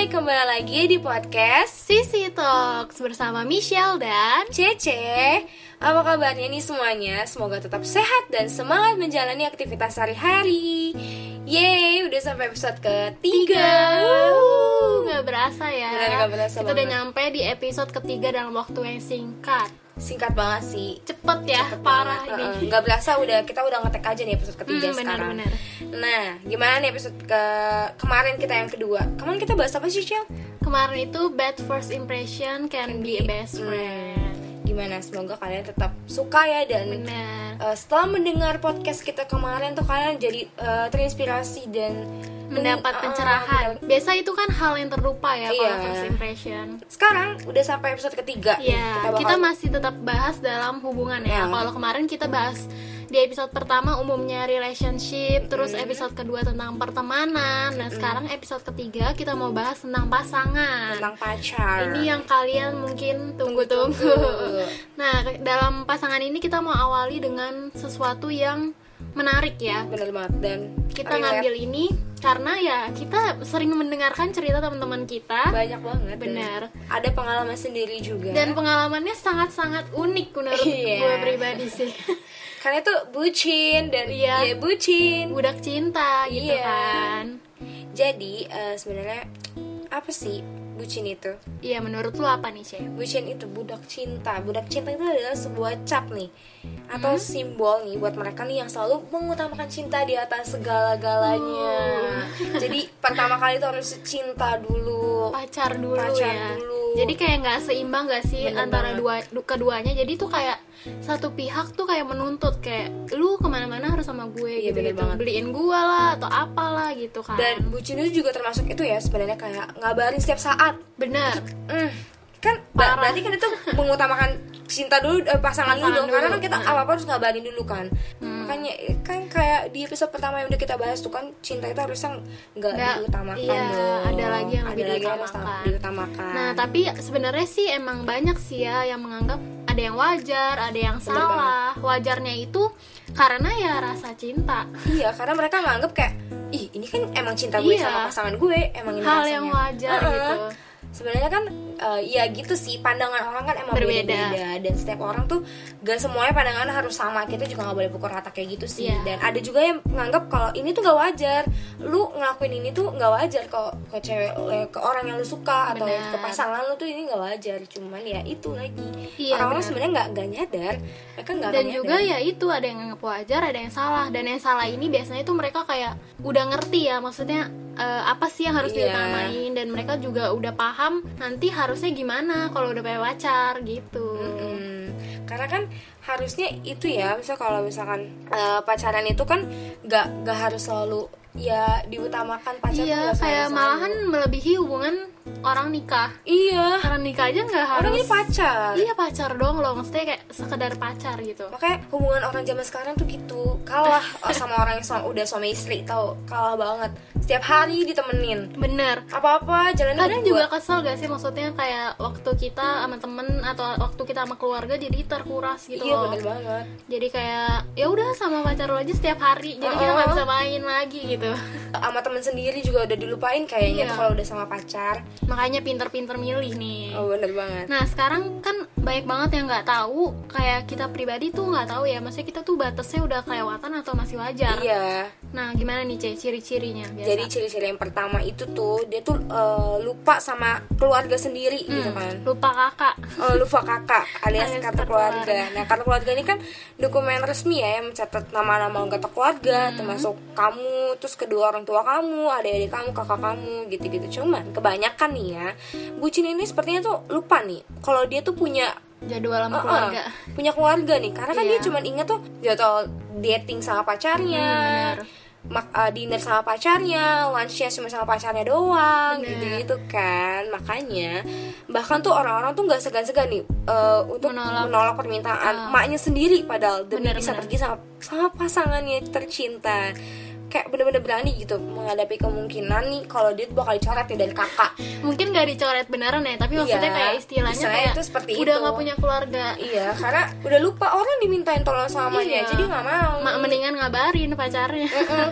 kembali lagi di podcast Sisi Talks bersama Michelle dan Cece. Apa kabarnya nih semuanya? Semoga tetap sehat dan semangat menjalani aktivitas sehari-hari. Yeay, udah sampai episode ketiga. Nggak berasa ya. Benar, nggak berasa Kita udah banget. nyampe di episode ketiga dalam waktu yang singkat. Singkat banget sih. Cepet ya, parah ini. Nggak berasa kita udah ngetek aja nih episode ketiga sekarang. Benar. Nah, gimana nih episode kemarin kita yang kedua? Kemarin kita bahas apa sih, Cel? Kemarin itu bad first impression can be a best friend. Gimana? Semoga kalian tetap suka ya dan Benar. setelah mendengar podcast kita kemarin tuh kalian jadi terinspirasi dan Mendapat pencerahan. Biasa itu kan hal yang terlupa ya Iya. kalau first impression. Sekarang udah sampai episode ketiga. Iya, bakal- kita masih tetap bahas dalam hubungan ya. Ya. Kalau kemarin kita bahas di episode pertama umumnya relationship, terus episode kedua tentang pertemanan. Nah, sekarang episode ketiga kita mau bahas tentang pasangan. tentang pacar. Ini yang kalian mungkin tunggu-tunggu. Nah, dalam pasangan ini kita mau awali dengan sesuatu yang menarik ya. Bener banget dan Kita ngambil ini karena ya kita sering mendengarkan cerita teman-teman kita. banyak banget. dan Benar. Ada pengalaman sendiri juga. Dan pengalamannya sangat-sangat unik menurut Iya. gue pribadi sih. Karena itu bucin dan Iya. bucin. Budak cinta gitu Iya. kan. Jadi sebenarnya apa sih bucin itu? Iya, menurut lu apa nih, Cek? Bucin itu budak cinta. Budak cinta itu adalah sebuah cap nih atau simbol nih buat mereka nih yang selalu mengutamakan cinta di atas segala-galanya. Jadi pertama kali itu harus cinta dulu. Pacar dulu Pacar ya. dulu. Jadi kayak nggak seimbang nggak sih Bener antara banget. keduanya. Jadi tuh kayak satu pihak tuh kayak menuntut kayak lu kemana-mana harus sama gue Iya, gitu, bener banget. beliin gue lah atau apalah gitu kan. Dan bucin itu juga termasuk itu ya sebenarnya kayak ngabarin setiap saat. benar. Kan Parah. berarti kan itu mengutamakan cinta dulu pasangan dulu dong, karena kan kita apa-apa harus ngabarin dulu kan. Makanya kan kayak di episode pertama yang udah kita bahas tuh kan cinta itu harusnya nggak diutamakan iya, dong. ada lagi yang lebih harus diutamakan. diutamakan. Nah, tapi sebenarnya sih emang banyak sih ya yang menganggap ada yang wajar, ada yang Bener salah. Wajarnya itu karena ya rasa cinta. Iya, karena mereka nganggep kayak ih ini kan emang cinta gue Iya. sama pasangan gue, emang ini Hal rasanya. yang wajar gitu. Sebenarnya kan ya gitu sih, pandangan orang kan emang Berbeda. beda-beda dan setiap orang tuh gak semuanya pandangan harus sama. Kita juga gak boleh pukul rata kayak gitu sih. Iya. Dan ada juga yang menganggap kalau ini tuh gak wajar, lu ngelakuin ini tuh gak wajar kalau ke cewek, ke orang yang lu suka atau Benar. ke pasangan lu tuh ini gak wajar. Cuman ya itu lagi, Iya, orang-orang benar. sebenarnya gak nyadar, mereka gak Dan akan juga nyadar. ya itu ada yang nganggap wajar, ada yang salah. Dan yang salah ini biasanya tuh mereka kayak udah ngerti ya, maksudnya apa sih yang harus Iya. diutamain, dan mereka juga udah paham nanti harusnya gimana kalau udah punya pacar gitu. Karena kan harusnya itu ya, misal kalau misalkan pacaran itu kan gak harus selalu ya diutamakan pacar tuh Iya, nggak kayak selalu. malahan melebihi hubungan orang nikah. Iya, Orang nikah aja nggak harus. orang ini pacar. Iya, pacar dong loh, maksudnya kayak sekedar pacar gitu. Makanya hubungan orang zaman sekarang tuh gitu, kalah sama orang yang udah suami istri, tau, kalah banget. Setiap hari ditemenin, Bener. apa-apa jalan Kadang juga kesel gak sih, maksudnya kayak waktu kita sama temen atau waktu kita sama keluarga jadi terkuras gitu Iya loh. bener banget. Jadi kayak ya udah sama pacar lo aja setiap hari, jadi kita nggak bisa main lagi gitu. Sama temen sendiri juga udah dilupain kayaknya Iya. tuh kalau udah sama pacar. Makanya pinter-pinter milih nih. Oh bener banget. Nah, sekarang kan banyak banget yang nggak tahu, kayak kita pribadi tuh nggak tahu ya, maksudnya kita tuh batasnya udah kelewatan atau masih wajar. Iya. Nah, gimana nih, Cek, ciri-cirinya biasa? Jadi ciri-ciri yang pertama itu tuh dia tuh lupa sama keluarga sendiri gitu kan. lupa kakak. Lupa kakak alias Alias kartu kartu keluarga. Nah, kartu keluarga ini kan dokumen resmi ya yang mencatat nama-nama anggota keluarga, termasuk kamu, terus kedua orang tua kamu, adik-adik kamu, kakak kamu, gitu-gitu. Cuman kebanyakan nih ya, bucin ini sepertinya tuh lupa nih kalau dia tuh punya Jadwal sama keluarga. punya keluarga nih, karena kan Iya. dia cuman inget tuh jadwal dating sama pacarnya, Bener. dinner sama pacarnya, lunchnya cuma sama pacarnya doang, Bener. gitu kan. Makanya bahkan tuh orang-orang tuh nggak segan-segan nih untuk menolak permintaan maknya sendiri, padahal demi Bener, bisa bener. pergi sama pasangannya tercinta. Kayak bener-bener berani gitu menghadapi kemungkinan nih kalau dia tuh bakal dicoret ya dari kakak. Mungkin gak dicoret beneran ya, tapi maksudnya kayak istilahnya kayak itu seperti udah itu. nggak punya keluarga. Iya, karena udah lupa orang dimintain tolong sama mamanya, Iya. jadi nggak mau. Mendingan ngabarin pacarnya. Kayak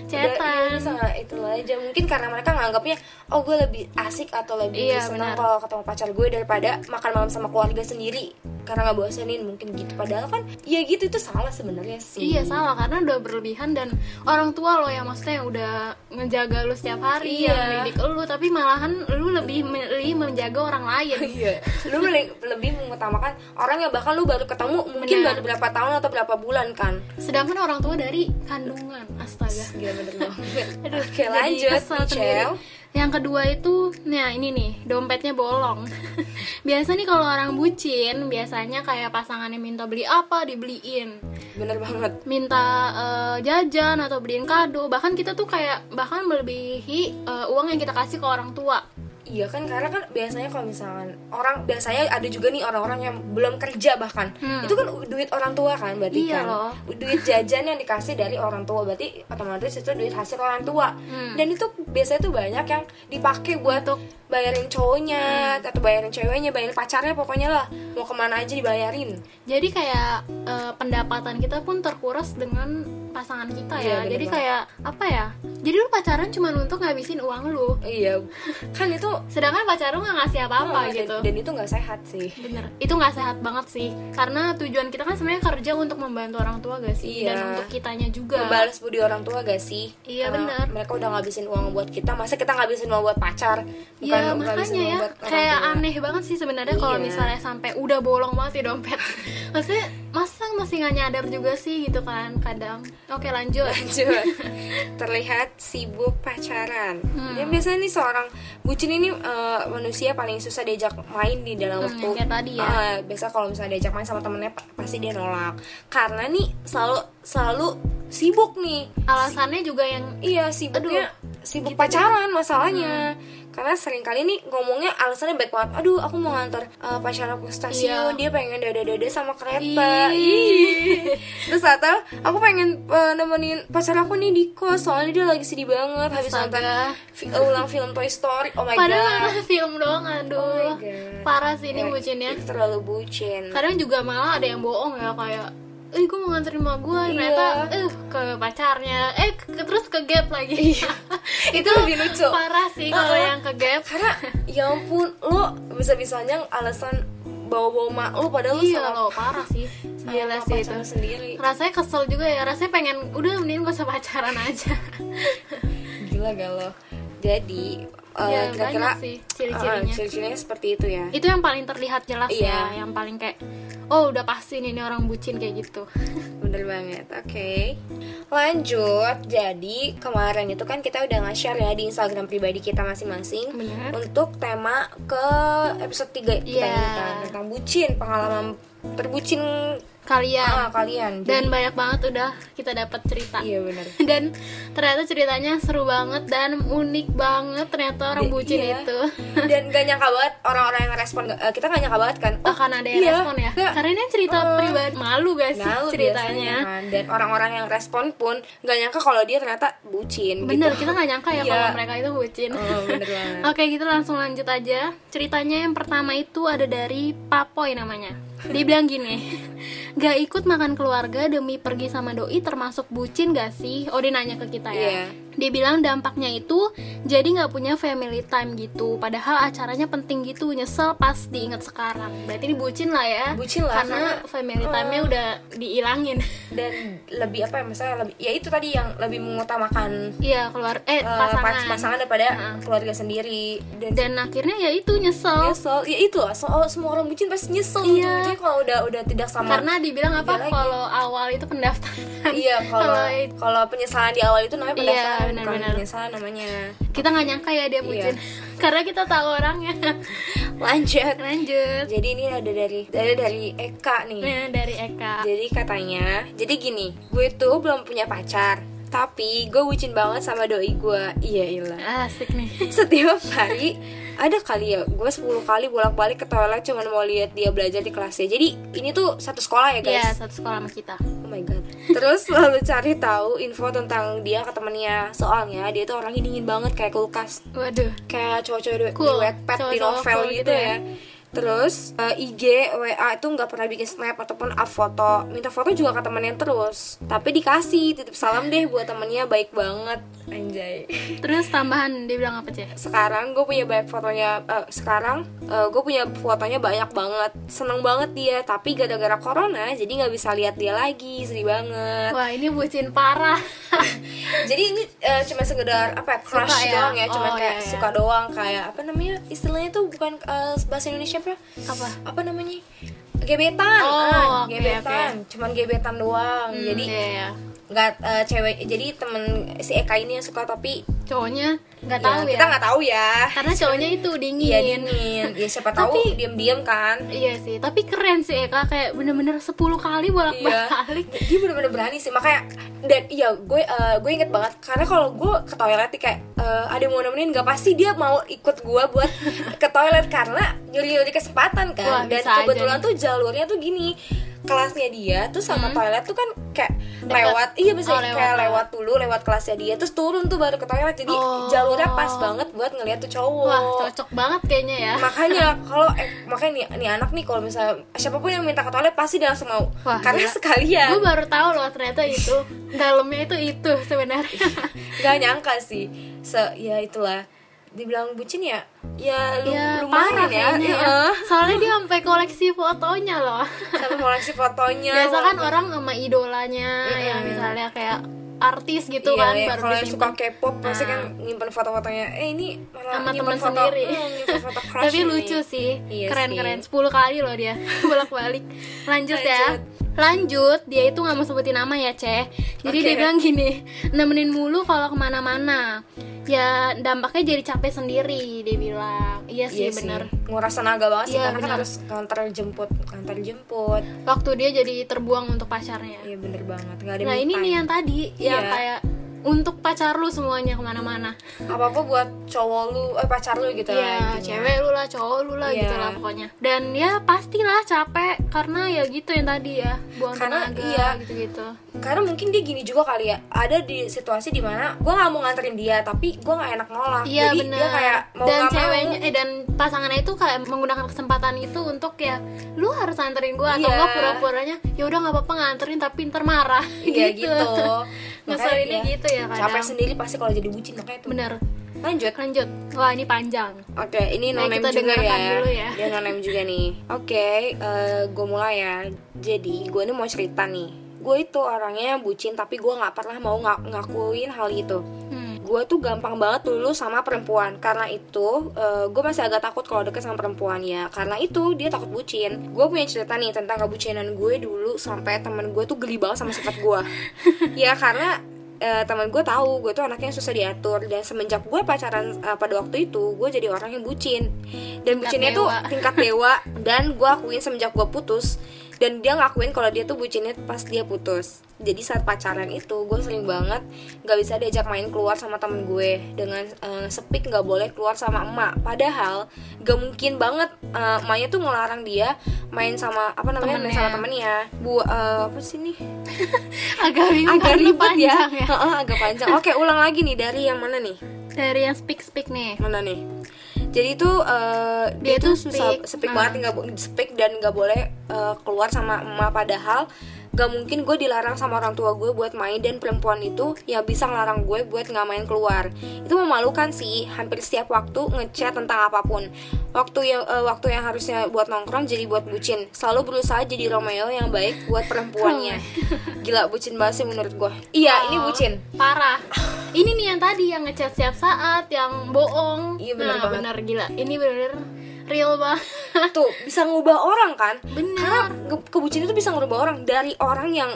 chatan. Iya, itu aja. Mungkin karena mereka nganggapnya, oh gue lebih asik atau lebih Iya, senang benar. kalau ketemu pacar gue daripada makan malam sama keluarga sendiri karena nggak bosenin, mungkin gitu. Padahal kan ya gitu, itu salah sebenarnya sih. Iya salah, karena udah berlebihan. Dan orang tua lo yang maksudnya yang udah ngejaga lu setiap hari, Iya. yang didik lu, tapi malahan lu lebih menjaga orang lain. Iya, lu lebih mengutamakan orang yang bahkan lu baru ketemu mungkin Benar. baru berapa tahun atau berapa bulan kan. Sedangkan orang tua dari kandungan, astaga. Gila, bener banget. Aduh, Oke, jadi lanjut kesel sendiri. Michelle. Yang kedua itu, nah ini nih, dompetnya bolong. Biasa nih kalau orang bucin, biasanya kayak pasangannya minta beli apa, dibeliin. Bener banget. Minta jajan atau beliin kado. Bahkan kita tuh kayak bahkan melebihi uang yang kita kasih ke orang tua. Iya kan, karena kan biasanya kalau misalkan biasanya ada juga nih orang-orang yang belum kerja bahkan itu kan duit orang tua kan, berarti Iya kan loh. duit jajan yang dikasih dari orang tua, berarti otomatis itu duit hasil orang tua. Dan itu biasanya tuh banyak yang dipakai buat bayarin cowoknya atau bayarin ceweknya, bayarin pacarnya, pokoknya lah mau kemana aja dibayarin. Jadi kayak pendapatan kita pun terkuras dengan pasangan kita Iya, ya. bener Jadi banget. kayak apa ya? Jadi lu pacaran cuma untuk ngabisin uang lu. Iya, kan itu Sedangkan pacar lu nggak ngasih apa-apa gitu. dan itu nggak sehat sih. Bener, itu nggak sehat banget sih. Karena tujuan kita kan sebenarnya kerja untuk membantu orang tua gak sih? Iya. Dan untuk kitanya juga. Membalas budi orang tua gak sih? Iya, Karena benar. mereka udah ngabisin uang buat kita, masa kita ngabisin uang buat pacar? Iya, ngabisin makanya uang ya buat orang kayak tua. aneh banget sih sebenarnya kalau Iya. misalnya sampai udah bolong banget di dompet. Maksudnya masa masih nggak nyadar juga sih gitu kan kadang. Oke, lanjut. Lanjut. Terlihat sibuk pacaran. Dan biasanya nih seorang bucin ini manusia paling susah diajak main di dalam waktu. yang kayak tadi ya. Biasa kalau misalnya diajak main sama temennya pasti dia nolak. Karena nih selalu sibuk nih. Alasannya juga yang Iya, sibuk gitu pacaran masalahnya. Karena sering kali nih ngomongnya alasannya baik banget. Aduh, aku mau nganter pacar aku ke stasiun, Iya. dia pengen dada-dada sama kereta. Ih. Terus atau aku pengen nemenin pacar aku nih di kos, soalnya dia lagi sedih banget habis nonton Astaga. ulang film Toy Story. Oh my Padahal god. nonton film doang, aduh. Oh my God. Parah sih ini Ya, bucinnya. itu terlalu bucin. Kadang juga malah ada yang bohong ya, kayak gue mau nganterin emak gue, ternyata ke pacarnya, terus ke gap lagi. Itu lebih lucu. Parah sih kalau yang ke gap. Karena ya ampun, lo bisa-bisanya alasan bawa-bawa mak lo padahal lo Iya sama loh, parah sih. Gila sih itu. pacar sendiri. Rasanya kesel juga ya, rasanya pengen udah mending gak usah pacaran aja. Gila gak lo? Jadi Ya, kira-kira banyak sih ciri-cirinya. ciri-cirinya seperti itu ya. Itu yang paling terlihat jelas Iya. ya, yang paling kayak oh udah pasti nih ini orang bucin kayak gitu. Bener banget. Oke. Lanjut. Jadi kemarin itu kan kita udah nge-share ya di Instagram pribadi kita masing-masing. Bener. Untuk tema ke episode 3 kita Iya. ini kan, tentang bucin, pengalaman terbucin Kalian. kalian. Dan banyak banget udah kita dapat cerita. Iya benar. Dan ternyata ceritanya seru banget dan unik banget ternyata orang bucin Iya. itu. Dan gak nyangka banget orang-orang yang respon, kita gak nyangka banget kan. Akan ada yang respon ya. Kayak, Karena ini cerita pribadi, malu gak sih malu ceritanya. biasanya kan. Dan orang-orang yang respon pun gak nyangka kalau dia ternyata bucin. Bener, gitu. kita gak nyangka ya Iya. kalau mereka itu bucin. Oh, bener banget. Oke, kita langsung lanjut aja. Ceritanya yang pertama itu ada dari Papoy namanya. Dia bilang gini, gak ikut makan keluarga demi pergi sama doi termasuk bucin gak sih? Oh, dia nanya ke kita ya. Iya. Dia bilang dampaknya itu jadi gak punya family time gitu. Padahal acaranya penting gitu, nyesel pas diinget sekarang. Berarti ini bucin lah ya. Bucin lah, karena family time-nya udah diilangin. Dan lebih apa ya, misalnya lebih, ya itu tadi yang lebih mengutamakan Iya, pasangan. daripada keluarga sendiri. Dan akhirnya ya itu nyesel. nyesel, ya itu lah, semua orang bucin pasti nyesel Iya. ujung-ujungnya kalau udah tidak sama. Karena dibilang apa Dia lagi. kalau awal itu pendaftaran. Iya, kalau penyesalan di awal itu namanya Iya, pendaftaran, bukan benar-benar. penyesalan namanya. Kita nggak nyangka ya dia bucin. Karena kita tahu orangnya. Lanjut. Jadi ini ada dari Eka nih. Nah, dari Eka. Jadi katanya, jadi gini, gue tuh belum punya pacar, tapi gue bucin banget sama doi gue. Iya ilah. Asik nih. Setiap hari ada kali ya gue 10 kali bolak-balik ke toilet cuma mau lihat dia belajar di kelasnya. Jadi ini tuh satu sekolah ya Iya, guys. satu sekolah sama kita. Oh my god. Terus selalu cari tahu info tentang dia ke temennya. Soalnya dia tuh orangnya dingin banget kayak kulkas, Waduh. kayak cowok-cowok di Cool. Wattpad, di Cowok-cowok novel cool gitu gitu ya. Terus IG, WA itu nggak pernah bikin snap ataupun up foto. Minta foto juga ke temennya terus, tapi dikasih, titip salam deh buat temennya, baik banget, anjay. Terus tambahan dia bilang apa, Ceh? Sekarang gue punya banyak fotonya, gue punya fotonya banyak banget, seneng banget dia, tapi gara-gara corona jadi nggak bisa lihat dia lagi, sedih banget. Wah, ini bucin parah. Jadi ini cuma sekedar apa ya, crush Suka ya? doang ya, cuma Oh, kayak iya. suka doang, kayak apa namanya istilahnya tuh, bukan bahasa Indonesia apa namanya, gebetan. Oh, oke, Gebetan, cuman gebetan doang. Jadi iya. nggak cewek, jadi temen si Eka ini yang suka, tapi Cowoknya nggak ya, tahu ya. kita nggak tahu ya, Karena cowoknya itu dingin. iya dingin ya, siapa tahu Tapi- diam-diam kan. Iya sih, tapi keren sih Eka, kayak bener-bener 10 kali bolak-balik. Dia bener-bener berani sih, makanya. Dan iya, gue inget banget, karena kalau gue ke toilet nih kayak ada yang mau nemenin, nggak pasti dia mau ikut gue buat ke toilet, karena nyuri-nyuri kesempatan kan. Wah, Dan bisa aja kebetulan nih. tuh jalurnya tuh gini, kelasnya dia tuh sama toilet tuh kan kayak Dekat. lewat, iya bisa Oh, kayak lewat dulu, lewat kelasnya dia, terus turun tuh baru ke toilet, jadi Oh. jalurnya pas banget buat ngeliat tuh cowok. Wah, cocok banget kayaknya ya. Makanya kalau makanya nih anak nih, kalau misalnya siapapun yang minta ke toilet pasti dia langsung mau. Wah, Karena gila. sekalian. Gue baru tahu loh ternyata itu dalamnya itu sebenarnya. Gak nyangka sih. Ya itulah, dibilang bucin ya Ya lumayan parah ya. kayaknya ya. Soalnya dia sampai koleksi fotonya loh. Sampai koleksi fotonya. Biasa kan orang sama idolanya yang misalnya kayak artis gitu iya, kan ya, baru kalau yang suka disimpan. K-pop pasti kan nyimpen foto-fotonya. Ini malah Sama nyimpen teman foto sendiri. nyimpen foto crush Tapi ini. lucu sih, Iya keren-keren. sih. 10 kali loh dia bolak-balik. Lanjut ya. Lanjut, dia itu nggak mau sebutin nama ya, Ceh. Jadi Oke. dia bilang gini, nemenin mulu kalau kemana-mana. Ya dampaknya jadi capek sendiri, dia bilang. Iya sih, bener. Nguras tenaga banget sih, Iya, karena kan bener. harus kantor jemput. Waktu dia jadi terbuang untuk pacarnya. Iya bener banget, nggak ada Nah me ini time. nih yang tadi, yang Iya. kayak untuk pacar lu semuanya kemana-mana. apa-apa buat cowok lu, pacar lu gitu lah Iya, intinya. cewek lu lah, cowok lu lah Iya. gitu lah pokoknya. Dan ya pastilah capek karena ya gitu yang tadi ya, buang Karena tenaga iya. gitu-gitu. Karena mungkin dia gini juga kali ya, ada di situasi dimana gue nggak mau nganterin dia, tapi gue nggak enak nolak. Iya Jadi benar. dia kayak mau Dan nggak ceweknya mau. dan pasangannya itu kayak menggunakan kesempatan itu untuk ya lu harus nganterin gue atau Iya. enggak pura-puranya ya udah nggak apa-apa nganterin tapi ntar marah. Iya gitu. Ngeselinnya Makanya gitu ya kadang. capek sendiri pasti kalau jadi bucin, makanya tuh. Bener. Lanjut. Wah ini panjang. Oke, ini no Nah, name kita juga dengarkan ya. dulu ya. Dia no name juga nih. Oke, gue mulai ya. Jadi gue ini mau cerita nih. Gue itu orangnya bucin, tapi gue nggak pernah mau ngakuin hal itu. Gue tuh gampang banget dulu sama perempuan. Karena itu gue masih agak takut kalau deket sama perempuan ya. Karena itu dia takut bucin. Gue punya cerita nih tentang kebucinan gue dulu, sampai temen gue tuh geli banget sama sifat gue. Ya karena teman gue tahu gue tuh anaknya susah diatur, dan semenjak gue pacaran pada waktu itu gue jadi orang yang bucin, dan bucinnya tuh dewa. tingkat dewa. Dan gue akuin semenjak gue putus, dan dia ngakuin kalau dia tuh bucinnya pas dia putus. Jadi saat pacaran itu gue sering banget nggak bisa diajak main keluar sama temen gue, dengan sepik nggak boleh keluar sama emak. Padahal gak mungkin banget emaknya tuh ngelarang dia main sama apa namanya, main sama temennya. Apa sih nih? Agak bingung Agak karena ribet ya. panjang ya. Heeh, agak panjang. Oke, ulang lagi nih, dari yang mana nih? Dari yang speak nih. Mana nih? Jadi itu dia tuh susah speak banget, nggak speak dan nggak boleh keluar sama emak. Padahal gak mungkin gue dilarang sama orang tua gue buat main, dan perempuan itu ya bisa ngelarang gue buat nggak main keluar. Itu memalukan sih. Hampir setiap waktu ngechat tentang apapun. Waktu yang harusnya buat nongkrong jadi buat bucin. Selalu berusaha jadi Romeo yang baik buat perempuannya. Gila, bucin banget sih menurut gue. Iya, ini bucin. Parah. Ini nih yang tadi yang ngechat setiap saat, yang bohong. Iya, bener banget. bener gila. Ini bener real banget. Tuh bisa ngubah orang kan. Bener. Karena kebucinan itu bisa ngubah orang. Dari orang yang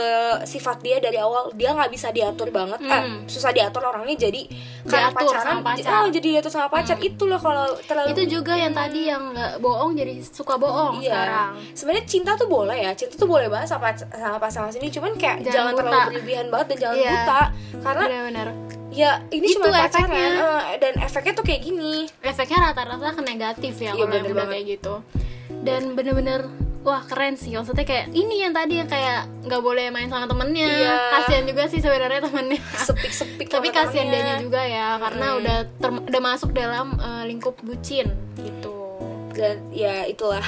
sifat dia dari awal dia nggak bisa diatur banget, susah diatur orangnya, jadi karena Diatur pacaran sama pacar. jadi diatur sama pacar. Itulah kalau terlalu. Itu juga yang tadi yang nggak bohong jadi suka bohong Iya. sekarang. Sebenarnya cinta tuh boleh ya, cinta tuh boleh banget sama pasangan sini, cuman kayak jangan Jangan buta. terlalu berlebihan banget dan jangan Iya. buta, karena Bener-bener. ya ini Itu cuma pacaran, efeknya. dan efeknya tuh kayak gini. Efeknya rata-rata ke negatif ya Iya, kalau yang bener udah banget. kayak gitu. Dan bener-bener wah keren sih, maksudnya kayak ini yang tadi yang kayak nggak boleh main sama temennya. Iya. Kasian juga sih sebenarnya temennya. Sepik-sepik Tapi sama kasihan temennya. dianya juga ya, karena udah masuk dalam lingkup bucin gitu. Dan ya itulah.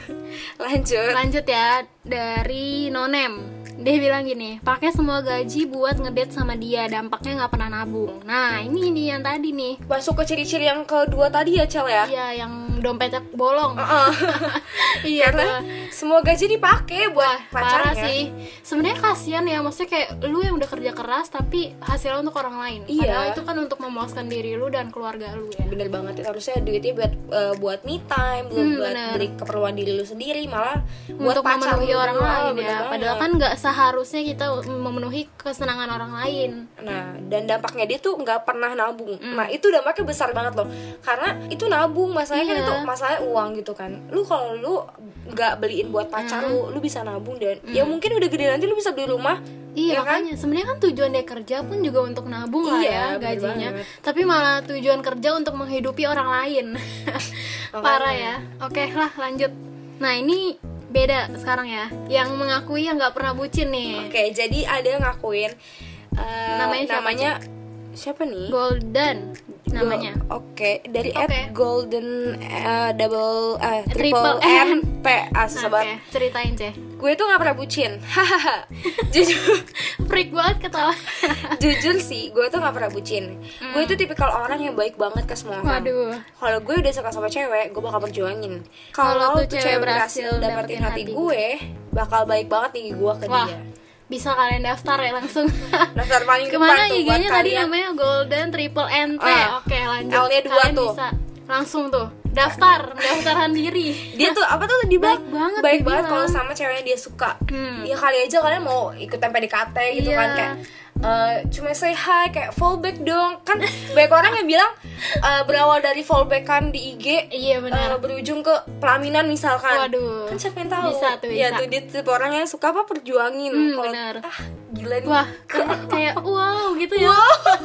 Lanjut ya, dari Nonem. Dia bilang gini, pakai semua gaji buat ngedate sama dia, dampaknya nggak pernah nabung. Nah ini nih yang tadi nih, masuk ke ciri-ciri yang kedua tadi ya, Cel ya. Iya, yang dompetnya bolong. Iya, karena semua gaji dipakai buat pacarnya. Parah sih. Sebenarnya kasihan ya, maksudnya kayak lu yang udah kerja keras tapi hasilnya untuk orang lain. Iya. Padahal itu kan untuk memuaskan diri lu dan keluarga lu ya. Bener banget, harusnya duitnya buat me time, buat beli keperluan diri lu sendiri, malah buat untuk memenuhi orang lain ya. Padahal kan nggak seharusnya kita memenuhi kesenangan orang lain. Nah, dan dampaknya dia tuh nggak pernah nabung. Nah, itu dampaknya besar banget loh. Karena itu nabung, masalahnya kan itu masalah uang gitu kan. Lu kalau lu nggak beliin buat pacar lu bisa nabung dan ya mungkin udah gede nanti lu bisa beli rumah. Iya, ya makanya sebenarnya kan tujuan dia kerja pun juga untuk nabung lah ya gajinya. Tapi malah tujuan kerja untuk menghidupi orang lain. Parah ya. Oke lah, lanjut. Nah ini beda sekarang ya, yang mengakui yang nggak pernah bucin nih. Oke, jadi ada yang ngakuin namanya siapa nih? Golden namanya. Oke, dari @golden triple N P. Susah banget. Ceritain Ceh. Gue tuh nggak pernah bucin. Jujur, freak banget ketawa. Jujur sih, gue tuh nggak pernah bucin. Gue itu tipikal orang yang baik banget ke semua orang. Waduh. Kalau gue udah suka sama cewek, gue bakal perjuangin. Kalau tuh cewek berhasil dapetin hati gue, bakal baik banget nih gue ke dia. Bisa kalian daftar ya langsung. Daftar paling kemana depan tuh IG-nya tadi kalian. Namanya Golden Triple NT. Oke, lanjut. L-nya 2 kalian tuh. bisa langsung tuh daftaran diri. Dia tuh apa tuh baik banget kalau sama cewek yang dia suka. Ya kali aja kalian mau ikutan PDKT gitu kan, kayak cuma say hi, kayak fallback dong. Kan banyak orang yang bilang berawal dari fallbackan di IG, iya benar, berujung ke pelaminan misalkan. Waduh, kan siapa yang tahu. Bisa tuh, ya bisa. tuh dia tipe orang yang suka apa perjuangin. Kalau gila nih. Wah, kayak wow gitu ya.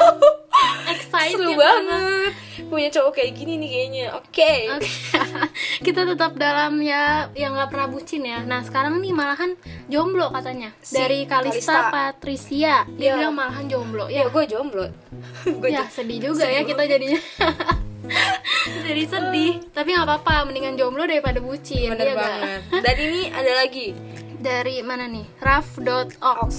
Excited seru banget punya cowok kayak gini nih kayaknya. Oke. Kita tetap dalam ya yang nggak pernah bucin ya. Nah sekarang nih malahan jomblo katanya. Dari Kalista Patricia, dia bilang malahan jomblo. Ya gue jomblo. Ya sedih juga ya kita jadinya. Jadi sedih. Tapi nggak apa-apa, mendingan jomblo daripada bucin. Bener banget. Dan ini ada lagi dari mana nih? raf.ox_.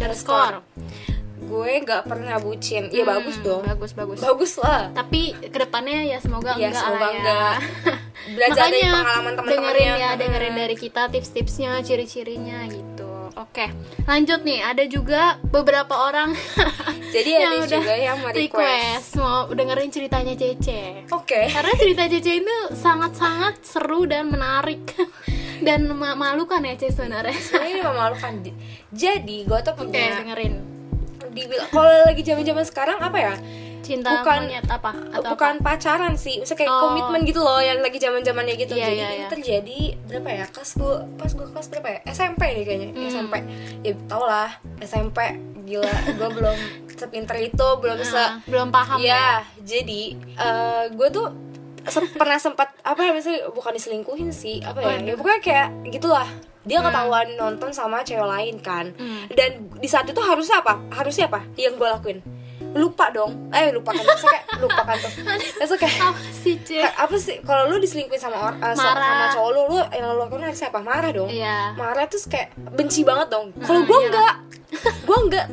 Gue nggak pernah bucin. Ya bagus dong. Bagus lah. Tapi kedepannya ya semoga ya, enggak semoga lah ya. Enggak. Belajar dari pengalaman teman-temannya. Dengerin dari kita tips-tipsnya, ciri-cirinya gitu. Oke, lanjut nih. Ada juga beberapa orang jadi ada juga yang request mau dengerin ceritanya Cece. Oke. Karena cerita Cece itu sangat-sangat seru dan menarik. Dan memalukan ya Cece sebenarnya. Ini memalukan. Jadi gue tuh punya dengerin. Kalau lagi zaman-zaman sekarang apa ya? Cinta monyet apa? Atau bukan pacaran sih, maksudnya kayak komitmen gitu loh, yang lagi zaman-zamannya gitu. Jadi ini terjadi berapa ya? Pas gue kelas berapa ya? SMP nih kayaknya. SMP. Ya tau lah, SMP gila. Gue belum sepinter itu, belum paham ya. Jadi gue tuh pernah sempat apa ya, misalnya bukan diselingkuhin sih, apa ya? Ya pokoknya kayak gitulah. Dia ketahuan nonton sama cewek lain kan. Dan di saat itu harusnya apa yang gue lakuin? Lupa dong. Lupakan. Maksudnya kayak lupakan tuh. Maksudnya kayak apa sih kalau lu diselingkuhin sama sama cowok lu yang lu lakuin harusnya apa? Marah dong. Iya. Marah terus kayak benci banget dong. Kalau gue enggak. Gue enggak.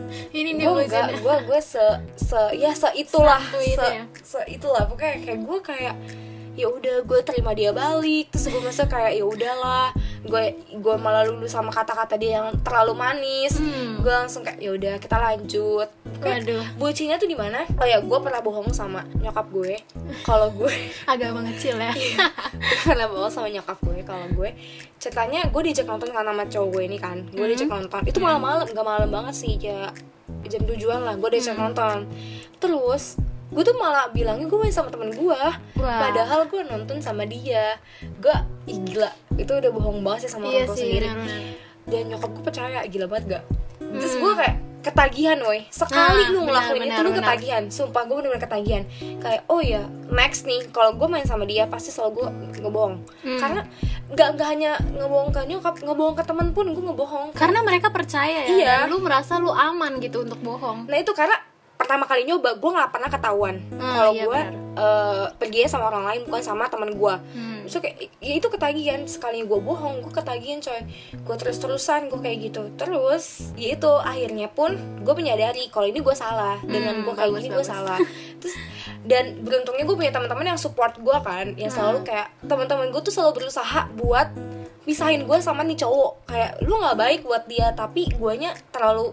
Gue itulah. Itulah pokoknya kayak gue kayak ya udah gue terima dia balik, terus gue merasa kayak ya udahlah, gue malah lulus sama kata-kata dia yang terlalu manis. Gue langsung kayak ya udah kita lanjut. Bucinnya tuh di mana? Oh ya, gue pernah bohong sama nyokap gue kalau gue agak mengecil ya. Gue pernah bohong sama nyokap gue kalau gue ceritanya gue diajak nonton kan sama cowok gue ini kan. Gue diajak nonton itu malam-malam, nggak malam banget sih, ya jam 7-an lah gue diajak nonton. Terus gue tuh malah bilangnya gue main sama temen gue, padahal gue nonton sama dia. Gue gila, itu udah bohong banget sih sama orang tua sendiri. Dan nyokap gue percaya, gila banget gak? Terus gue kayak ketagihan woy, sekali lu ngelakuin itu lu ketagihan. Sumpah gue bener-bener ketagihan. Kayak oh ya next nih kalau gue main sama dia pasti selalu gue ngebohong. Karena nggak hanya ngebohong ke nyokap, ngebohong ke temen pun gue ngebohong. Karena mereka percaya ya. Dan lu merasa lu aman gitu untuk bohong. Nah itu karena pertama kali nyoba gue nggak pernah ketahuan kalau iya, gue pergi sama orang lain bukan sama teman gue. So kayak ya itu ketagihan, sekali gue bohong gue ketagihan coy, gue terus-terusan gue kayak gitu. Terus ya itu akhirnya pun gue menyadari kalau ini gue salah, dengan gue kayak gini gue salah. Terus dan beruntungnya gue punya teman-teman yang support gue kan, yang selalu kayak teman-teman gue tuh selalu berusaha buat pisahin gue sama nih cowok, kayak lu nggak baik buat dia, tapi guanya terlalu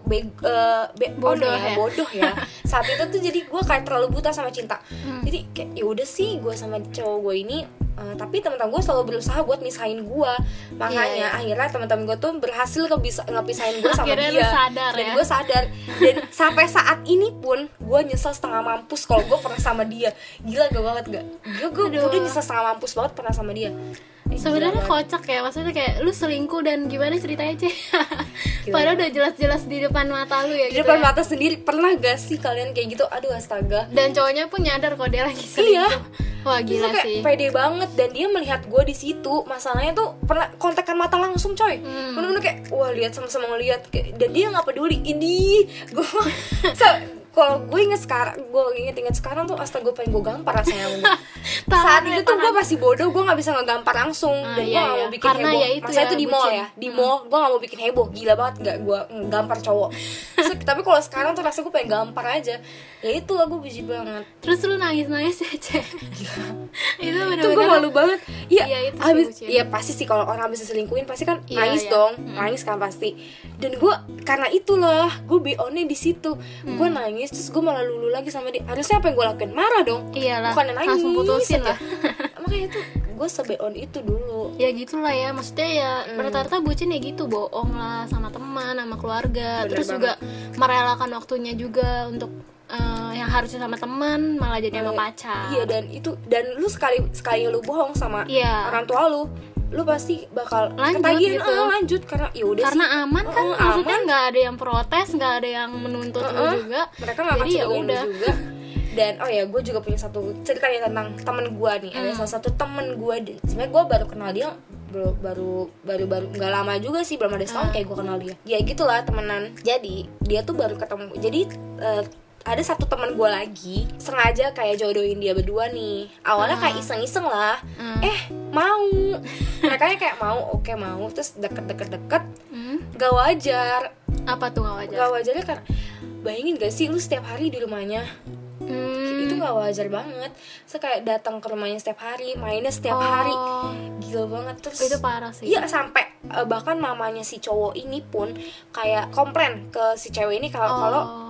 bodoh ya saat itu tuh. Jadi gue kayak terlalu buta sama cinta. Jadi kayak ya udah sih gue sama cowok gue ini, tapi teman-teman gue selalu berusaha buat misahin gue. Makanya akhirnya teman-teman gue tuh berhasil ngepisahin gue sama akhirnya dia. sadar, dan ya? gue sadar. Dan sampai saat ini pun gue nyesel setengah mampus kalau gue pernah sama dia. Gila gak banget gak? Gue udah nyesel setengah mampus banget pernah sama dia. Sebenarnya kocak ya, maksudnya kayak lu selingkuh dan gimana ceritanya Cek? Padahal udah jelas-jelas di depan mata lu ya. Di depan mata sendiri. Pernah gak sih kalian kayak gitu? Aduh astaga. Dan cowoknya pun nyadar kalau dia lagi selingkuh. Iya. Wah gila kayak sih. pede banget, dan dia melihat gue di situ. Masalahnya tuh pernah kontekan mata langsung coy. Bener-bener kayak wah lihat sama-sama ngeliat, dan dia nggak peduli. Ini gue kalau gue inget sekarang tuh astaga, gue pengen gue gampar rasanya sama gue. Saat itu tuh gue masih bodoh, gue nggak bisa ngegampar langsung. Dan gue nggak mau bikin karena heboh. ya itu Masa ya, itu di mall bucin. ya, di mall gue nggak mau bikin heboh. Gila banget nggak gue gampar cowok. Tapi kalau sekarang tuh rasanya gue pengen gampar aja. Ya itu lah, gue bucin banget. Terus lu nangis-nangis ya Cek? Itu bener-bener Itu gue malu banget. Iya, itu iya pasti sih kalau orang bisa selingkuhin pasti kan nangis iya. dong, nangis kan pasti. Dan gue karena itulah gue be-onnya di situ. Gue nangis terus gue malah lulu lagi sama dia. Harusnya apa yang gue lakuin? Marah dong. Iyalah, bukan nangis. langsung putusin lah. Makanya itu gue sebe-on itu dulu. Ya gitulah ya, maksudnya ya rata-rata bucin ya gitu, bohong lah sama teman, sama keluarga. Bener terus banget. juga merelakan waktunya juga untuk yang harusnya sama teman malah jadi sama pacar. Iya, dan lu sekali lu bohong sama Iya. orang tua lu pasti bakal Lanjut ketagihan, gitu. lanjut karena ya udah Karena sih. aman kan, maksudnya nggak ada yang protes, nggak ada yang menuntut lu juga. Mereka nggak akan jadi ya curigain lu udah. juga. Dan oh ya, gue juga punya satu cerita nih tentang temen gue nih. Ada salah satu temen gue, sebenarnya gue baru kenal dia baru nggak lama juga sih, belum ada setahun kayak gue kenal dia. Ya gitulah temenan. Jadi dia tuh baru ketemu. Jadi ada satu teman gue lagi sengaja kayak jodohin dia berdua nih. Awalnya kayak iseng-iseng lah. Mau. Mereka kayak mau, oke mau. Terus deket. Gak wajar. Apa tuh nggak wajar? Gak wajarnya karena bayangin gak sih lu setiap hari di rumahnya. Itu gak wajar banget. So kayak datang ke rumahnya setiap hari, mainnya setiap hari. Gila banget. Terus Itu parah sih. Iya, sampai bahkan mamanya si cowok ini pun kayak komplain ke si cewek ini kalau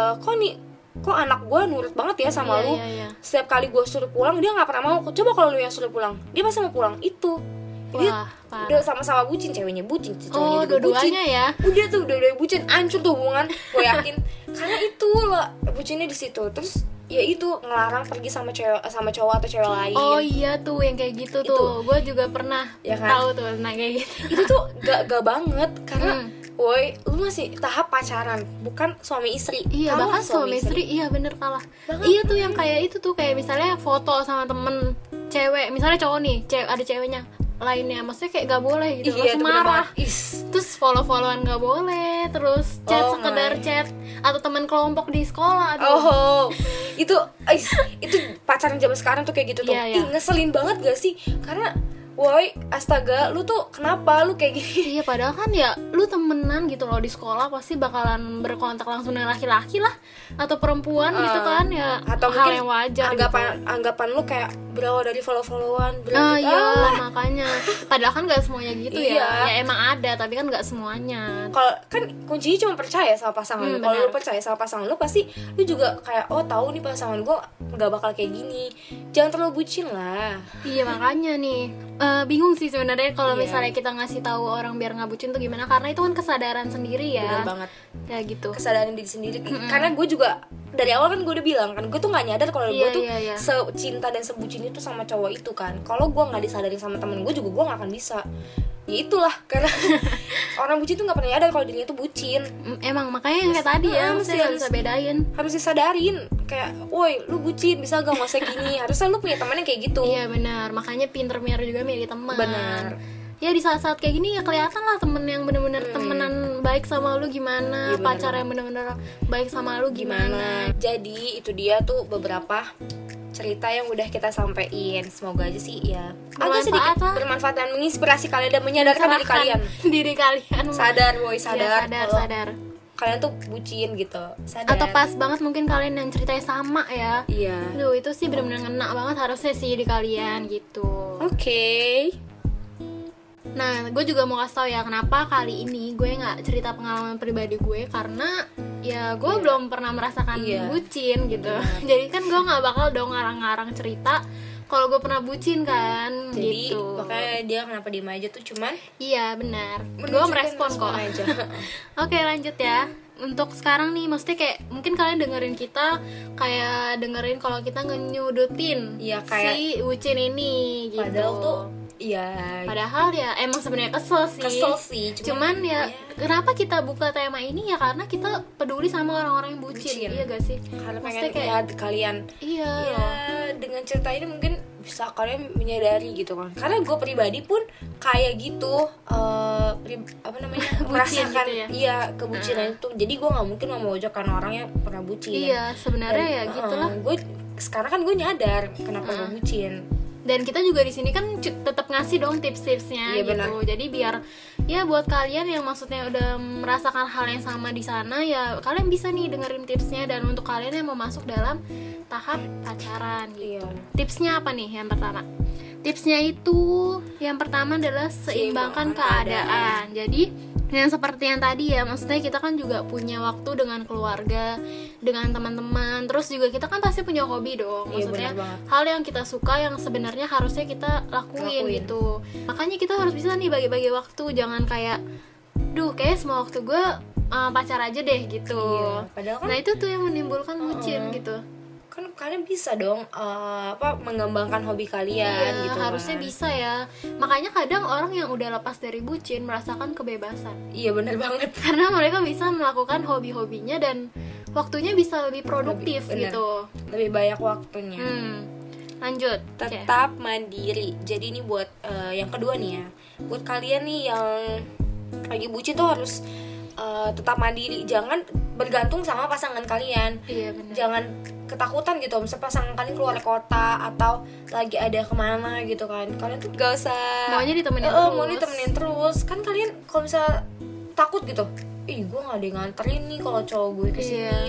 kok anak gue nurut banget ya sama lu. Iya. Setiap kali gue suruh pulang dia nggak pernah mau. Coba kalau lu yang suruh pulang, dia pasti mau pulang. Itu Wah, parah. udah sama-sama bucin, ceweknya bucin, cowoknya juga bucin. dua-duanya ya. Udah tuh udah bucin, hancur tuh hubungan, gue yakin. Karena itu lah bucinnya di situ. Terus ya itu ngelarang pergi sama cowok atau cewek lain. Oh iya tuh yang kayak gitu tuh. Gue juga pernah Ya kan? tahu tuh tentang kayak gitu. Itu tuh gak banget karena woi, lu masih tahap pacaran, bukan suami istri. Iya, Kamu bahkan suami istri, iya bener kalah. Iya tuh yang kayak itu tuh, kayak misalnya foto sama temen cewek, misalnya cowok nih, ada ceweknya lainnya, maksudnya kayak gak boleh gitu, Iya, langsung itu bener marah. banget. Is. Terus follow-followan gak boleh, terus chat Oh sekedar my. chat atau teman kelompok di sekolah. Aduh. Oh, itu pacaran zaman sekarang tuh kayak gitu tuh. Iya. Ih, ngeselin banget gak sih? Karena woi, astaga, lu tuh kenapa lu kayak gini? Iya, padahal kan ya lu temenan gitu loh di sekolah, pasti bakalan berkontak langsung dengan laki-laki lah atau perempuan gitu kan ya, Atau hal mungkin yang wajar anggapan lu kayak berawal dari follow-followan, iya makanya padahal kan nggak semuanya gitu Iya. ya emang ada tapi kan nggak semuanya. Kalau kan kuncinya cuma percaya sama pasangan lu. Kalau benar. lu percaya sama pasangan lu, pasti lu juga kayak tahu nih pasangan gue nggak bakal kayak gini. Jangan terlalu bucin lah. Iya makanya nih bingung sih sebenarnya kalau Iya. misalnya kita ngasih tawu orang biar nggak bucin tuh gimana, karena itu kan kesadaran sendiri ya. Bener banget. Ya gitu. Kesadaran diri sendiri. Karena gue juga dari awal kan gue udah bilang kan, gue tuh nggak nyadar kalau gue Iya, tuh iya. secinta dan sebucin itu sama cowok itu kan. Kalau gue nggak disadarin sama temen gue juga, gue nggak akan bisa. Ya itulah, karena orang bucin tuh nggak pernah nyadar kalau dirinya tuh bucin. Emang makanya yang kayak tadi ya mesti nggak bisa bedain. Harus disadarin kayak, woi lu bucin, bisa gak usah gini. Harusnya lu punya temen yang kayak gitu. Iya benar, makanya pinter-pinter juga milih teman. Benar. ya di saat-saat kayak gini ya kelihatan lah temen yang bener-bener temenan baik sama lu gimana, Iya, pacar bener yang bener-bener baik sama lu gimana. Jadi itu dia tuh beberapa cerita yang udah kita sampein. Semoga aja sih ya agak sedikit lah. bermanfaat dan menginspirasi kalian dan menyadarkan diri kalian. Diri kalian Sadar boy, sadar, sadar kalau sadar. kalian tuh bucin gitu. Sadar. Atau pas banget mungkin kalian yang ceritanya sama ya. Iya. Duh, itu sih benar-benar ngena banget harusnya sih di kalian gitu. Oke. Nah, gue juga mau kasih tau ya kenapa kali ini gue nggak cerita pengalaman pribadi gue, karena ya gue belum pernah merasakan bucin gitu. Jadi kan gue nggak bakal dong ngarang-ngarang cerita kalau gue pernah bucin kan. Jadi gitu. makanya dia kenapa diem aja tuh cuman Iya benar. Gue menunjukkan merespon kok. respon aja. Oke, lanjut ya. Untuk sekarang nih, maksudnya kayak mungkin kalian dengerin kita kayak dengerin kalau kita ngenyudutin Iya, kayak si bucin ini gitu. Padahal tuh iya. Padahal ya emang sebenarnya kesel sih. Cuman ya kenapa kita buka tema ini ya karena kita peduli sama orang-orang yang bucin. Iya gak sih? Karena Maksudnya pengen lihat kalian. Iya. Ya dengan cerita ini mungkin bisa kalian menyadari gitu kan. Karena gue pribadi pun kayak gitu merasakan gitu ya? Iya kebucinan itu. Jadi gue nggak mungkin memojokkan orang yang pernah bucin. Iya sebenarnya ya gitulah. Gue sekarang kan gue nyadar kenapa gue bucin. Dan kita juga di sini kan tetap ngasih dong tips-tipsnya gitu. Benar. Jadi biar ya buat kalian yang maksudnya udah merasakan hal yang sama di sana ya kalian bisa nih dengerin tipsnya, dan untuk kalian yang mau masuk dalam tahap pacaran gitu. Tipsnya apa nih yang pertama? Tipsnya itu yang pertama adalah seimbangkan keadaan. Jadi yang seperti yang tadi ya, maksudnya kita kan juga punya waktu dengan keluarga, dengan teman-teman, terus juga kita kan pasti punya hobi dong. Maksudnya hal yang kita suka yang sebenarnya harusnya kita lakuin gitu. Makanya kita harus bisa nih bagi-bagi waktu, jangan kayak duh kayak semua waktu gue pacar aja deh gitu. Padahal kan, nah itu tuh yang menimbulkan bucin gitu. Kan kalian bisa dong mengembangkan hobi kalian gitu. Harusnya kan. bisa ya. Makanya kadang orang yang udah lepas dari bucin merasakan kebebasan. Iya benar banget. Karena mereka bisa melakukan hobi-hobinya dan waktunya bisa lebih produktif gitu. Lebih banyak waktunya. Lanjut. Tetap mandiri. Jadi ini buat yang kedua nih ya. Buat kalian nih yang lagi bucin tuh harus tetap mandiri. Jangan bergantung sama pasangan kalian. Iya benar. Jangan ketakutan gitu, misalnya pasangan kalian keluar kota atau lagi ada kemana gitu kan, kalian tuh gak usah maunya ditemenin terus. Kan kalian kalau misalnya takut gitu, ih gue gak ada yang nganterin nih kalau cowok gue kesini.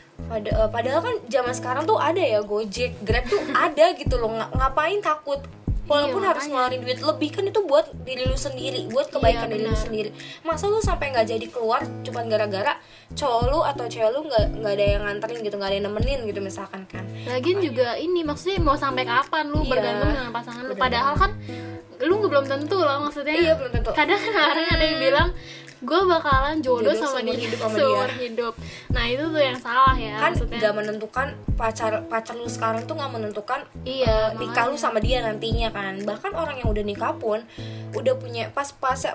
Padahal kan zaman sekarang tuh ada ya Gojek, Grab tuh ada gitu loh. Ngapain takut? Walaupun harus ngeluarin duit lebih, kan itu buat diri lu sendiri, buat kebaikan diri lu sendiri. Masa lu sampai nggak jadi keluar cuma gara-gara cowok lu atau cewek lu nggak ada yang nganterin gitu, nggak ada yang nemenin gitu misalkan kan. Lagian juga ini maksudnya mau sampai kapan lu bergantung dengan pasangan lu? Padahal kan lu belum tentu loh, maksudnya. Iya belum tentu. Kadang orang ada yang bilang gue bakalan jodoh sama dia seumur hidup. Nah itu tuh yang salah ya. Kan nggak menentukan pacar lu sekarang tuh nggak menentukan nikah lu sama dia nantinya kan. Bahkan orang yang udah nikah pun udah punya pas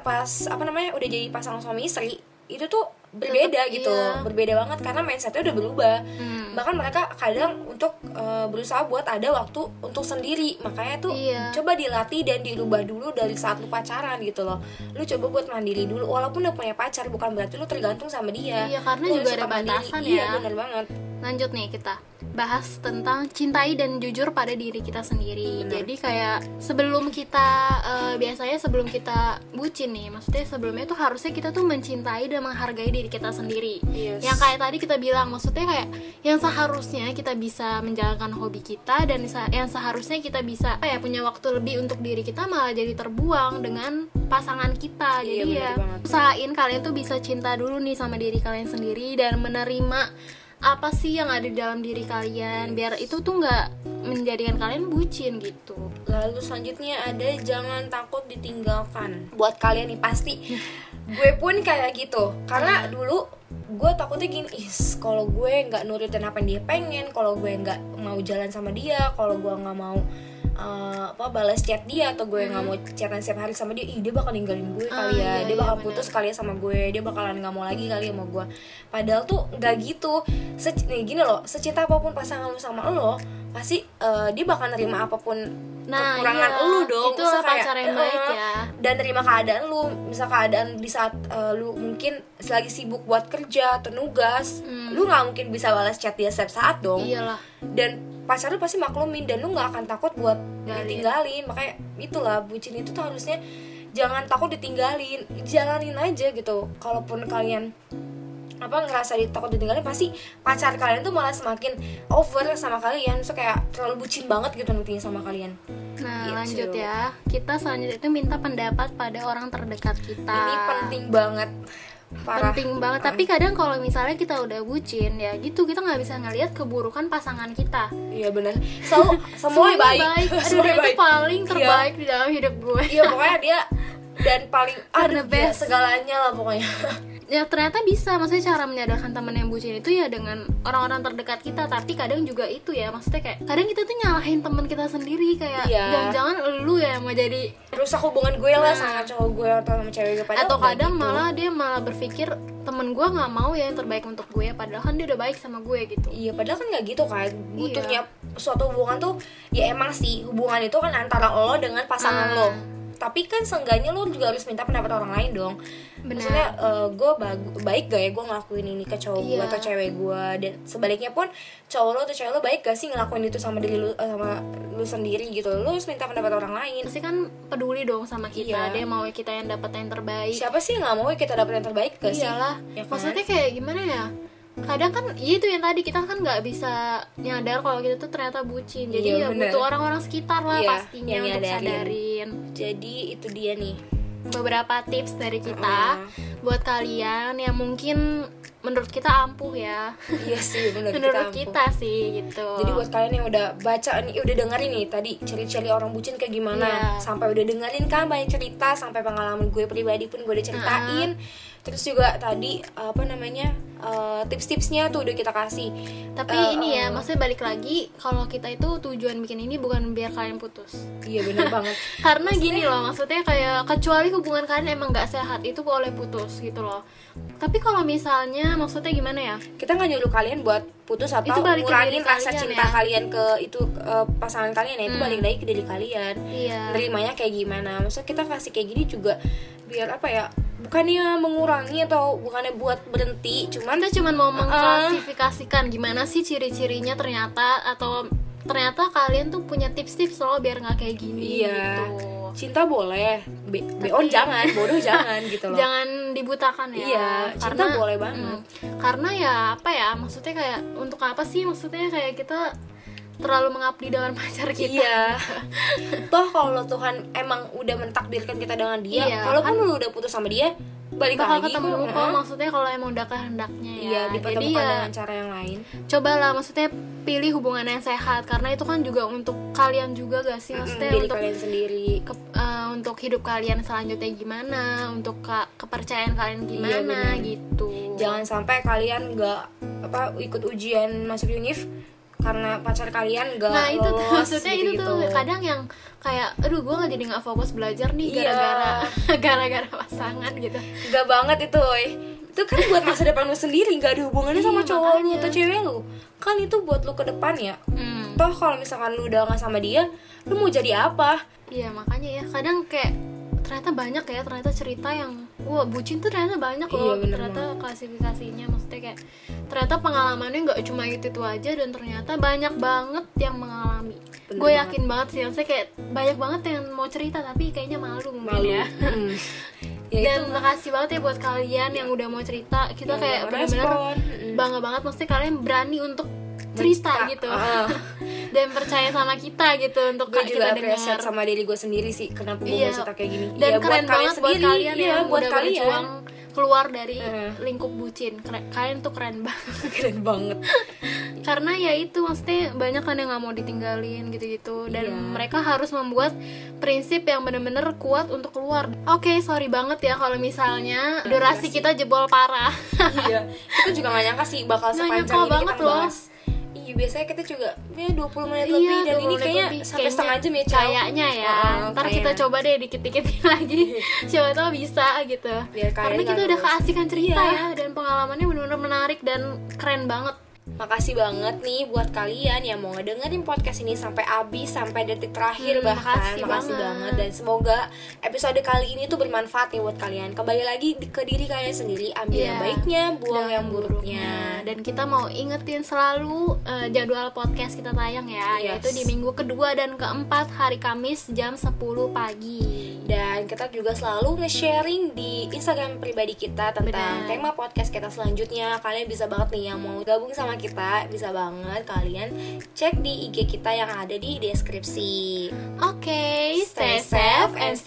udah jadi pasangan suami istri itu tuh berbeda gitu, berbeda banget karena mindsetnya udah berubah. Bahkan mereka kadang untuk berusaha buat ada waktu untuk sendiri. Makanya tuh coba dilatih dan dirubah dulu dari saat lu pacaran gitu loh. Lu coba buat mandiri dulu, walaupun udah punya pacar bukan berarti lu tergantung sama dia. Iya karena juga ada batasan ya. Iya benar banget. Lanjut nih kita bahas tentang cintai dan jujur pada diri kita sendiri. Jadi kayak sebelum kita biasanya sebelum kita bucin nih, maksudnya sebelumnya tuh harusnya kita tuh mencintai dan menghargai diri kita sendiri. Yang kayak tadi kita bilang, maksudnya kayak yang seharusnya kita bisa menjalankan hobi kita, dan yang seharusnya kita bisa punya waktu lebih untuk diri kita malah jadi terbuang dengan pasangan kita. Jadi usahain kalian tuh bisa cinta dulu nih sama diri kalian sendiri dan menerima apa sih yang ada di dalam diri kalian, biar itu tuh nggak menjadikan kalian bucin gitu. Lalu selanjutnya ada jangan takut ditinggalkan. Buat kalian nih pasti gue pun kayak gitu, karena dulu gue takutnya gini, kalau gue nggak nurutin apa yang dia pengen, kalau gue nggak mau jalan sama dia, kalau gue nggak mau balas chat dia, atau gue nggak mau chatan setiap hari sama dia, dia bakal ninggalin gue kali ya, dia bakal putus kali ya sama gue, dia bakalan nggak mau lagi kali sama gue. Padahal tuh nggak gitu. Gini loh, secinta apapun pasangan lu sama lo, pasti dia bakal nerima apapun kekurangan lu dong. Itu pacar yang baik ya. dan terima keadaan lu. Misal keadaan di saat lu mungkin lagi sibuk buat kerja atau nugas, lu nggak mungkin bisa balas chat dia setiap saat dong. Iyalah. Dan pacar lu pasti maklumin dan lu nggak akan takut buat ditinggalin. Makanya itulah, bucin itu tuh harusnya jangan takut ditinggalin, jalanin aja gitu. Kalaupun kalian ngerasa takut ditinggalin, pasti pacar kalian tuh malah semakin over sama kalian, so kayak terlalu bucin banget gitu nantinya sama kalian. Nah, Gitu. lanjut ya. Kita selanjutnya itu minta pendapat pada orang terdekat kita. Ini penting banget. Parah. Penting banget. Tapi kadang kalau misalnya kita udah bucin ya gitu, kita nggak bisa ngelihat keburukan pasangan kita. Iya benar. Selalu semua baik. Aduh, Semua dia baik. itu paling terbaik di dalam hidup gue. Iya pokoknya dia dan paling The dia best. segalanya lah pokoknya. Ya ternyata bisa, maksudnya cara menyadarkan teman yang bucin itu ya dengan orang-orang terdekat kita. Tapi kadang juga itu ya, maksudnya kayak kadang kita tuh nyalahin teman kita sendiri, kayak jangan-jangan lu ya mau jadi rusak hubungan gue lah sama cowok gue atau sama cewek gue. Padahal atau kadang gitu. malah dia malah berpikir temen gue nggak mau ya yang terbaik untuk gue, padahal kan dia udah baik sama gue gitu. Iya padahal kan nggak gitu kan. Butuhnya suatu hubungan tuh ya emang sih hubungan itu kan antara lo dengan pasangan lo. Tapi kan seenggaknya lo juga harus minta pendapat orang lain dong. Benar. Maksudnya gue baik gak ya gue ngelakuin ini ke cowok gue atau cewek gue, dan sebaliknya pun cowok lo atau cewek lo baik gak sih ngelakuin itu sama diri lu, sama lu sendiri gitu. Lo harus minta pendapat orang lain. Pasti kan peduli dong sama kita. Iya. Dia mau kita yang dapat yang terbaik. Siapa sih nggak mau kita dapet yang terbaik gak sih? Iyalah. Ya kan? Maksudnya kayak gimana ya, kadang kan ya itu yang tadi kita kan nggak bisa nyadar kalau kita tuh ternyata bucin. Jadi Iya, ya bener. butuh orang-orang sekitar lah pastinya yang untuk nyadarin. sadarin. Jadi itu dia nih Beberapa tips dari kita buat kalian yang mungkin menurut kita ampuh ya. Iya sih Menurut kita kita sih gitu. Jadi buat kalian yang udah baca nih, udah dengerin nih tadi ciri-ciri orang bucin kayak gimana, sampai udah dengerin kan banyak cerita, sampai pengalaman gue pribadi pun gue udah ceritain. Terus juga tadi tips-tipsnya tuh udah kita kasih. Tapi ini ya, maksudnya balik lagi, kalau kita itu tujuan bikin ini bukan biar kalian putus. Iya bener banget. Karena gini loh, maksudnya kayak kecuali hubungan kalian emang gak sehat, itu boleh putus gitu loh. Tapi kalau misalnya, maksudnya gimana ya, Kita nggak nyuruh kalian buat putus atau Itu balik ke ngurangin diri rasa kalian cinta ya. kalian ke itu pasangan kalian ya. Itu balik lagi ke diri kalian. Iya. Nerimanya kayak gimana. Maksudnya kita kasih kayak gini juga biar apa ya, bukannya mengurangi atau bukannya buat berhenti, cuman kita cuma mau mengklasifikasikan gimana sih ciri-cirinya ternyata, atau ternyata kalian tuh punya tips-tips loh biar nggak kayak gini iya. gitu. Cinta boleh, beon jangan, bodoh jangan gitu loh. Jangan dibutakan ya. Iya, cinta boleh banget. Karena ya apa ya, maksudnya kayak untuk apa sih, maksudnya kayak kita terlalu mengabdi dengan pacar kita. Iya. Toh kalau Tuhan emang udah mentakdirkan kita dengan dia, Iya, walaupun lu udah putus sama dia, balik bakal lagi ketemu kok, maksudnya kalau emang udah kehendaknya ya. Iya, Jadi dipertemukan ya dengan cara yang lain. cobalah, maksudnya pilih hubungan yang sehat, karena itu kan juga untuk kalian juga gak sih, maksudnya Diri untuk kalian sendiri. untuk hidup kalian selanjutnya gimana, untuk kepercayaan kalian gimana gitu. Jangan sampai kalian nggak ikut ujian masuk univ karena pacar kalian nggak Nah itu tuh, lolos, maksudnya itu tuh kadang yang kayak aduh gue jadi nggak fokus belajar nih gara-gara pasangan gitu. Nggak banget itu, itu kan buat masa depan lu sendiri, nggak ada hubungannya sama cowok lu atau cewek lu, kan itu buat lu ke depan ya. Toh kalau misalkan lu udah nggak sama dia, lu mau jadi apa? Iya makanya ya, kadang kayak ternyata banyak ya, ternyata cerita yang wah bucin tuh ternyata banyak loh. Iya, ternyata klasifikasinya, maksudnya kayak ternyata pengalamannya nggak cuma itu aja, dan ternyata banyak banget yang mengalami. Gue yakin banget sih, maksudnya kayak banyak banget yang mau cerita tapi kayaknya malu mungkin ya. Ya Dan makasih banget ya buat kalian yang udah mau cerita. Kita kayak benar-benar bangga banget, maksudnya kalian berani untuk cerita gitu dan percaya sama kita gitu untuk gue juga kita dengar. appreciate sama diri gue sendiri sih kenapa gue cerita kayak gini. Dan ya, keren banget buat kalian yang buat udah kalian berjuang keluar dari lingkup bucin. Kalian tuh keren banget. Keren banget. Karena ya itu, maksudnya banyak kan yang nggak mau ditinggalin gitu-gitu, dan mereka harus membuat prinsip yang bener-bener kuat untuk keluar. Oke, sorry banget ya kalau misalnya durasi kita jebol parah. Iya, kita juga gak nyangka sih bakal sepanjang ini banget kita bahas. Iya, biasanya kita juga 20 menit lebih, dan ini kayaknya sampai setengah jam ya, kayaknya ya. Ntar kita coba deh dikit-dikit lagi. Siapa tahu bisa gitu. Karena kita udah keasikan cerita ya, dan pengalamannya benar-benar menarik dan keren banget. Makasih banget nih buat kalian yang mau ngedengerin podcast ini sampai habis, sampai detik terakhir bahkan. Makasih banget. Dan semoga episode kali ini tuh bermanfaat nih buat kalian. Kembali lagi ke diri kalian sendiri, ambil yang baiknya, buang yang buruknya. Dan kita mau ingetin selalu jadwal podcast kita tayang ya, yaitu di minggu kedua dan keempat hari Kamis jam 10 pagi. Dan kita juga selalu nge-sharing di Instagram pribadi kita tentang tema podcast kita selanjutnya. Kalian bisa banget nih yang mau gabung sama kita, bisa banget kalian cek di IG kita yang ada di deskripsi. Oke, stay safe and